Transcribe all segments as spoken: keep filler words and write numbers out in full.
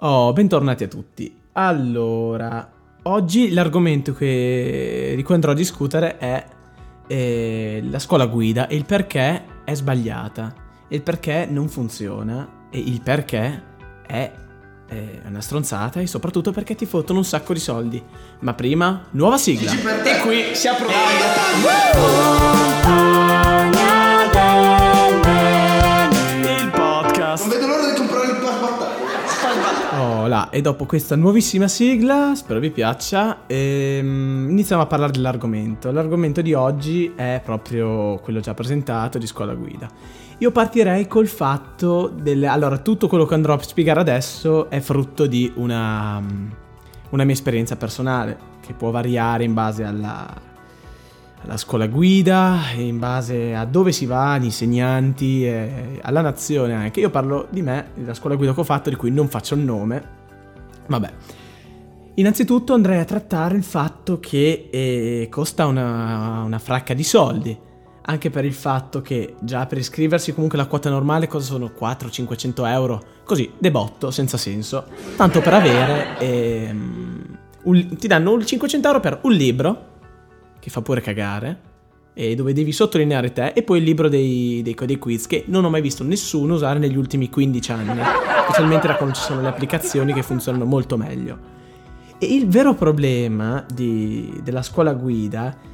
Oh, bentornati a tutti. Allora, oggi l'argomento che, di cui andrò a discutere è eh, la scuola guida e il perché è sbagliata, il perché non funziona e il perché è eh, una stronzata e soprattutto perché ti fottono un sacco di soldi. Ma prima, nuova sigla. E qui si apre il podcast. Non vedo l'ora di comprare il pass battaglia. Oh là, e dopo questa nuovissima sigla, spero vi piaccia, ehm, iniziamo a parlare dell'argomento. L'argomento di oggi è proprio quello già presentato di scuola guida. Io partirei col fatto del... Allora, tutto quello che andrò a spiegare adesso è frutto di una, una mia esperienza personale, che può variare in base alla, alla scuola guida, in base a dove si va, agli insegnanti, e alla nazione anche. Io parlo di me, della scuola guida che ho fatto, di cui non faccio il nome. Vabbè. Innanzitutto andrei a trattare il fatto che eh, costa una, una fracca di soldi. Anche per il fatto che già per iscriversi comunque la quota normale cosa sono? quattrocento cinquecento euro? Così, de botto, senza senso. Tanto per avere... Ehm, un, ti danno cinquecento euro per un libro, che fa pure cagare, e dove devi sottolineare te, e poi il libro dei, dei, dei quiz, che non ho mai visto nessuno usare negli ultimi quindici anni, specialmente da quando ci sono le applicazioni che funzionano molto meglio. E il vero problema di, della scuola guida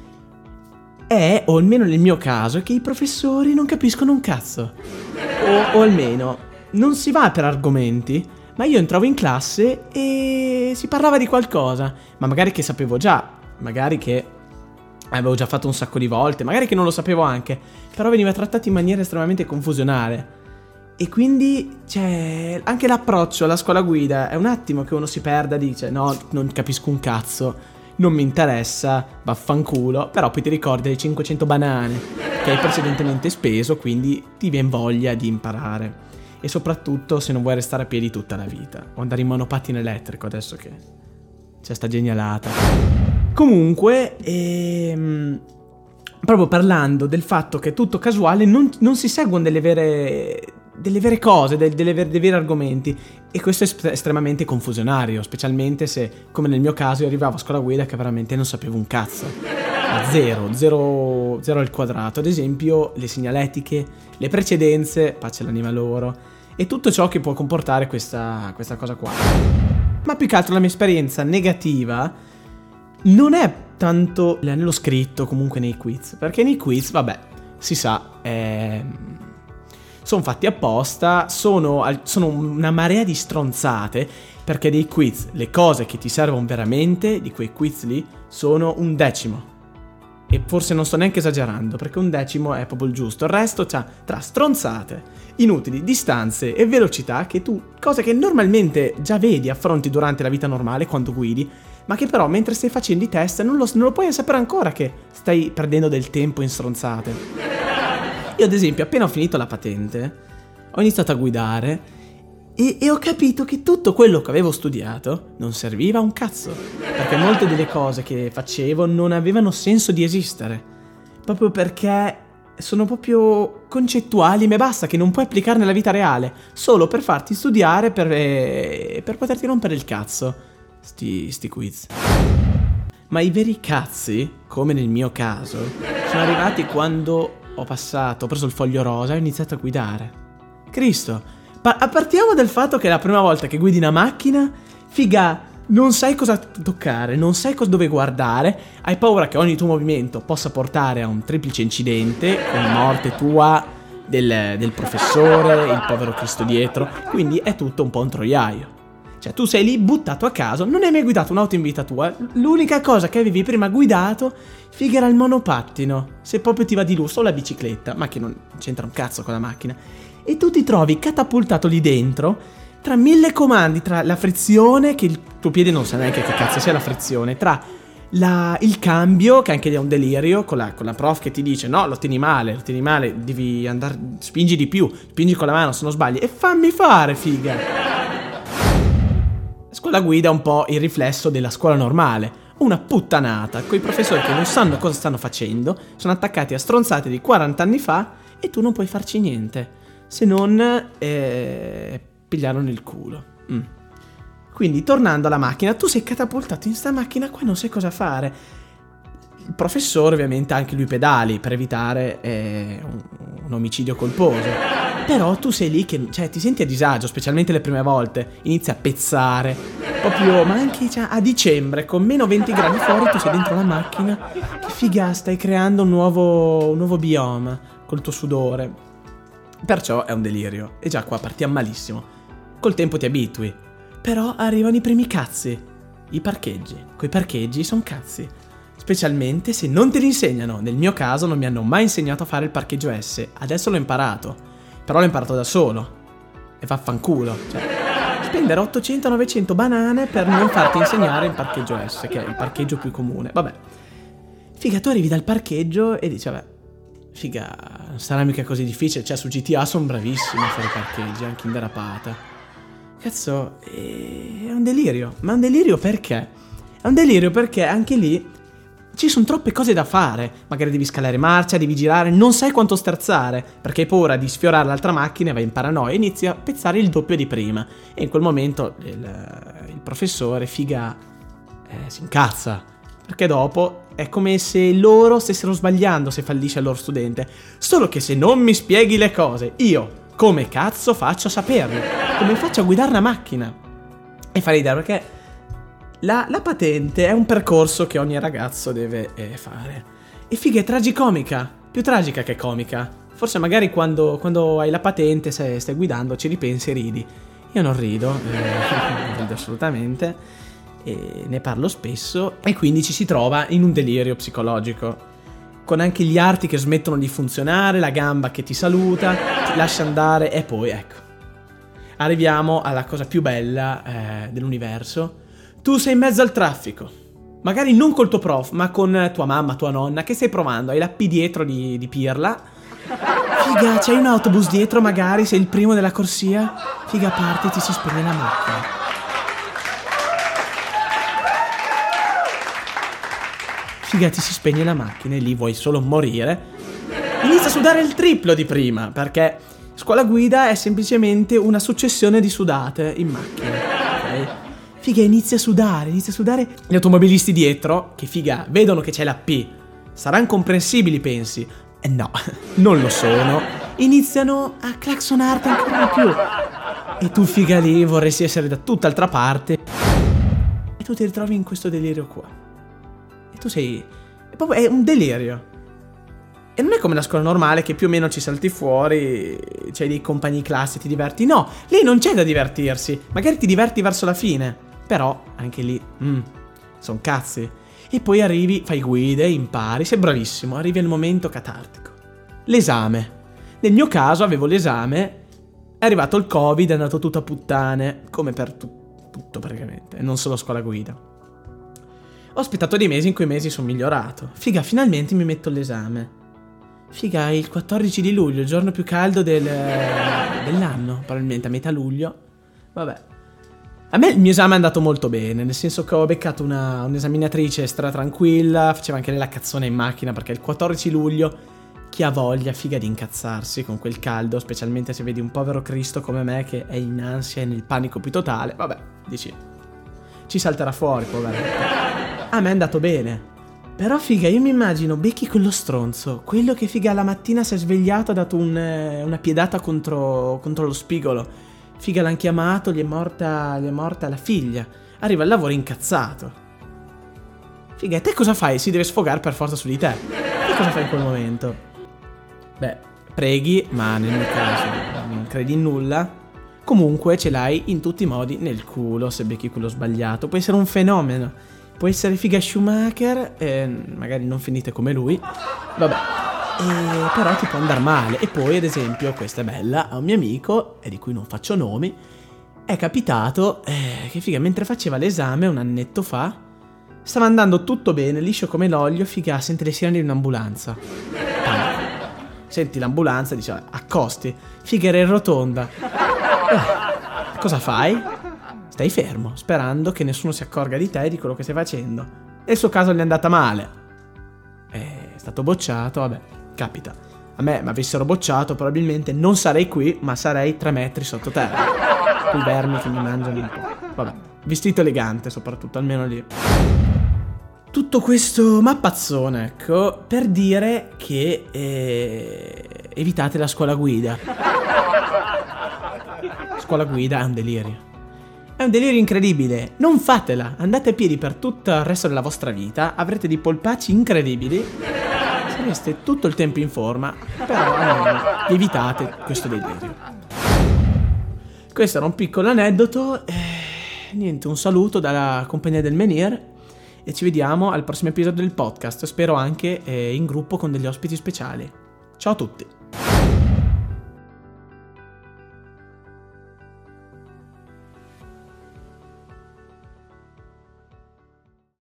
è, o almeno nel mio caso, è che i professori non capiscono un cazzo. O, o almeno, non si va per argomenti, ma io entravo in classe e si parlava di qualcosa, ma magari che sapevo già, magari che avevo già fatto un sacco di volte, magari che non lo sapevo anche, però veniva trattato in maniera estremamente confusionale. E quindi, cioè, anche l'approccio alla scuola guida è un attimo che uno si perda, dice no, non capisco un cazzo, non mi interessa, vaffanculo, però poi ti ricordi le cinquecento banane che hai precedentemente speso, quindi ti viene voglia di imparare. E soprattutto se non vuoi restare a piedi tutta la vita, o andare in monopattino elettrico adesso che c'è sta genialata. Comunque, ehm, proprio parlando del fatto che è tutto casuale, non, non si seguono delle vere... delle vere cose, delle, delle vere, dei veri argomenti, e questo è est- estremamente confusionario, specialmente se, come nel mio caso, io arrivavo a scuola guida che veramente non sapevo un cazzo, a zero, zero, zero al quadrato. Ad esempio le segnaletiche, le precedenze, pace l'anima loro, e tutto ciò che può comportare questa, questa cosa qua. Ma più che altro la mia esperienza negativa non è tanto nello scritto, comunque nei quiz, perché nei quiz, vabbè, si sa, è... sono fatti apposta, sono, sono una marea di stronzate, perché dei quiz, le cose che ti servono veramente di quei quiz lì sono un decimo. E forse non sto neanche esagerando, perché un decimo è proprio il giusto. Il resto c'ha tra stronzate, inutili, distanze e velocità, che tu, cose che normalmente già vedi, affronti durante la vita normale quando guidi, ma che però mentre stai facendo i test non lo, non lo puoi sapere ancora che stai perdendo del tempo in stronzate. Io ad esempio appena ho finito la patente ho iniziato a guidare e, e ho capito che tutto quello che avevo studiato non serviva a un cazzo, perché molte delle cose che facevo non avevano senso di esistere, proprio perché sono proprio concettuali, ma basta, che non puoi applicare nella vita reale, solo per farti studiare per, eh, per poterti rompere il cazzo sti, sti quiz. Ma i veri cazzi, come nel mio caso, sono arrivati quando ho passato, ho preso il foglio rosa e ho iniziato a guidare. Cristo, pa- partiamo dal fatto che la prima volta che guidi una macchina, figa, non sai cosa toccare, non sai cosa dove guardare, hai paura che ogni tuo movimento possa portare a un triplice incidente, con morte tua, del, del professore, il povero Cristo dietro, quindi è tutto un po' un troiaio. Cioè tu sei lì buttato a caso, non hai mai guidato un'auto in vita tua, l'unica cosa che avevi prima guidato, figa, era il monopattino, se proprio ti va di lusso, o la bicicletta, ma che non c'entra un cazzo con la macchina, e tu ti trovi catapultato lì dentro, tra mille comandi, tra la frizione, che il tuo piede non sa neanche che cazzo sia la frizione, tra la, il cambio, che anche è un delirio, con la, con la prof che ti dice no, lo tieni male, lo tieni male, devi andare, spingi di più, spingi con la mano se non sbagli, e fammi fare, figa. Scuola guida è un po' il riflesso della scuola normale, una puttanata, coi professori che non sanno cosa stanno facendo, sono attaccati a stronzate di quaranta anni fa e tu non puoi farci niente, se non eh, pigliarlo nel culo. Mm. Quindi, tornando alla macchina, tu sei catapultato in sta macchina qua e non sai cosa fare. Il professore, ovviamente, anche lui pedali per evitare eh, un, un omicidio colposo. Però tu sei lì che, cioè, ti senti a disagio, specialmente le prime volte. Inizi a pezzare. Proprio, ma anche cioè, a dicembre, con meno venti gradi fuori, tu sei dentro la macchina. Che figa, stai creando un nuovo, un nuovo bioma col tuo sudore. Perciò è un delirio. E già qua partiamo malissimo. Col tempo ti abitui. Però arrivano i primi cazzi. I parcheggi. Quei parcheggi sono cazzi. Specialmente se non te li insegnano. Nel mio caso non mi hanno mai insegnato a fare il parcheggio S. Adesso l'ho imparato. Però l'ho imparato da solo. E vaffanculo. Cioè, spendere ottocento novecento banane per non farti insegnare il parcheggio S, che è il parcheggio più comune. Vabbè. Figa, tu arrivi dal parcheggio e dici, vabbè, figa, non sarà mica così difficile. Cioè, su G T A sono bravissimi a fare i parcheggi, anche in derapata. Cazzo, è un delirio. Ma è un delirio perché? È un delirio perché anche lì ci sono troppe cose da fare. Magari devi scalare marcia, devi girare, non sai quanto sterzare, perché hai paura di sfiorare l'altra macchina e vai in paranoia e inizi a pezzare il doppio di prima. E in quel momento il, il professore, figa, eh, si incazza. Perché dopo è come se loro stessero sbagliando se fallisce il loro studente. Solo che se non mi spieghi le cose, io come cazzo faccio a saperlo? Come faccio a guidare una macchina? E fa ridere perché la, la patente è un percorso che ogni ragazzo deve eh, fare. E figa, è tragicomica, più tragica che comica. Forse magari quando, quando hai la patente, se stai guidando, ci ripensi e ridi. Io non rido, eh, non rido assolutamente, e ne parlo spesso, e quindi ci si trova in un delirio psicologico. Con anche gli arti che smettono di funzionare, la gamba che ti saluta, ti lascia andare, e poi ecco. Arriviamo alla cosa più bella eh, dell'universo. Tu sei in mezzo al traffico, magari non col tuo prof, ma con tua mamma, tua nonna, che stai provando, hai la P dietro di, di pirla. Figa, c'hai un autobus dietro, magari sei il primo della corsia. Figa, parte e ti si spegne la macchina. Figa, ti si spegne la macchina e lì vuoi solo morire. Inizia a sudare il triplo di prima, perché scuola guida è semplicemente una successione di sudate in macchina, ok? Figa, inizia a sudare, inizia a sudare. Gli automobilisti dietro, che figa, vedono che c'è la P. Saranno comprensibili, pensi? Eh no, non lo sono. Iniziano a claxonarti ancora di più. E tu, figa, lì vorresti essere da tutt'altra parte. E tu ti ritrovi in questo delirio qua. E tu sei... È proprio è un delirio. E non è come la scuola normale che più o meno ci salti fuori, c'hai dei compagni di classe, ti diverti. No, lì non c'è da divertirsi. Magari ti diverti verso la fine. Però, anche lì, mm, son cazzi. E poi arrivi, fai guide, impari, sei bravissimo. Arrivi al momento catartico. L'esame. Nel mio caso avevo l'esame, è arrivato il Covid, è andato tutto a puttane. Come per tu- tutto praticamente, non solo scuola guida. Ho aspettato dei mesi, in quei mesi sono migliorato. Figa, finalmente mi metto l'esame. Figa, il quattordici di luglio, il giorno più caldo del, dell'anno, probabilmente a metà luglio. Vabbè. A me il mio esame è andato molto bene, nel senso che ho beccato una, un'esaminatrice stra tranquilla, faceva anche lei la cazzona in macchina, perché il quattordici luglio chi ha voglia, figa, di incazzarsi con quel caldo, specialmente se vedi un povero Cristo come me che è in ansia e nel panico più totale. Vabbè, dici, ci salterà fuori, poveretto. A me è andato bene. Però figa, io mi immagino becchi quello stronzo, quello che figa la mattina si è svegliato, ha dato un, una piedata contro, contro lo spigolo. Figa, l'hanno chiamato, gli è morta, gli è morta la figlia. Arriva al lavoro incazzato. Figa, e te cosa fai? Si deve sfogare per forza su di te. E cosa fai in quel momento? Beh, preghi, ma nel mio caso non credi in nulla. Comunque ce l'hai in tutti i modi nel culo se becchi quello sbagliato. Può essere un fenomeno. Può essere figa Schumacher, eh, magari non finite come lui. Vabbè. E però ti può andare male. E poi, ad esempio, questa è bella, a un mio amico, e di cui non faccio nomi, è capitato eh, che figa, mentre faceva l'esame un annetto fa, stava andando tutto bene, liscio come l'olio, figa, sente le sirene di un'ambulanza. Panico. Senti l'ambulanza, dice, accosti. Figa, era in rotonda. Eh, cosa fai? Stai fermo, sperando che nessuno si accorga di te e di quello che stai facendo. Nel suo caso gli è andata male. È stato bocciato, vabbè. Capita. A me mi avessero bocciato probabilmente non sarei qui, ma sarei tre metri sottoterra. quei vermi che mi mangiano un po'. Vabbè, vestito elegante soprattutto, almeno lì. Tutto questo mappazzone, ecco, per dire che eh, evitate la scuola guida. Scuola guida è un delirio. È un delirio incredibile. Non fatela. Andate a piedi per tutto il resto della vostra vita. Avrete dei polpacci incredibili. Sareste tutto il tempo in forma. Però almeno evitate questo delirio. Questo era un piccolo aneddoto. Eh, niente, un saluto dalla compagnia del Menhir. E ci vediamo al prossimo episodio del podcast, spero anche eh, in gruppo con degli ospiti speciali. Ciao a tutti!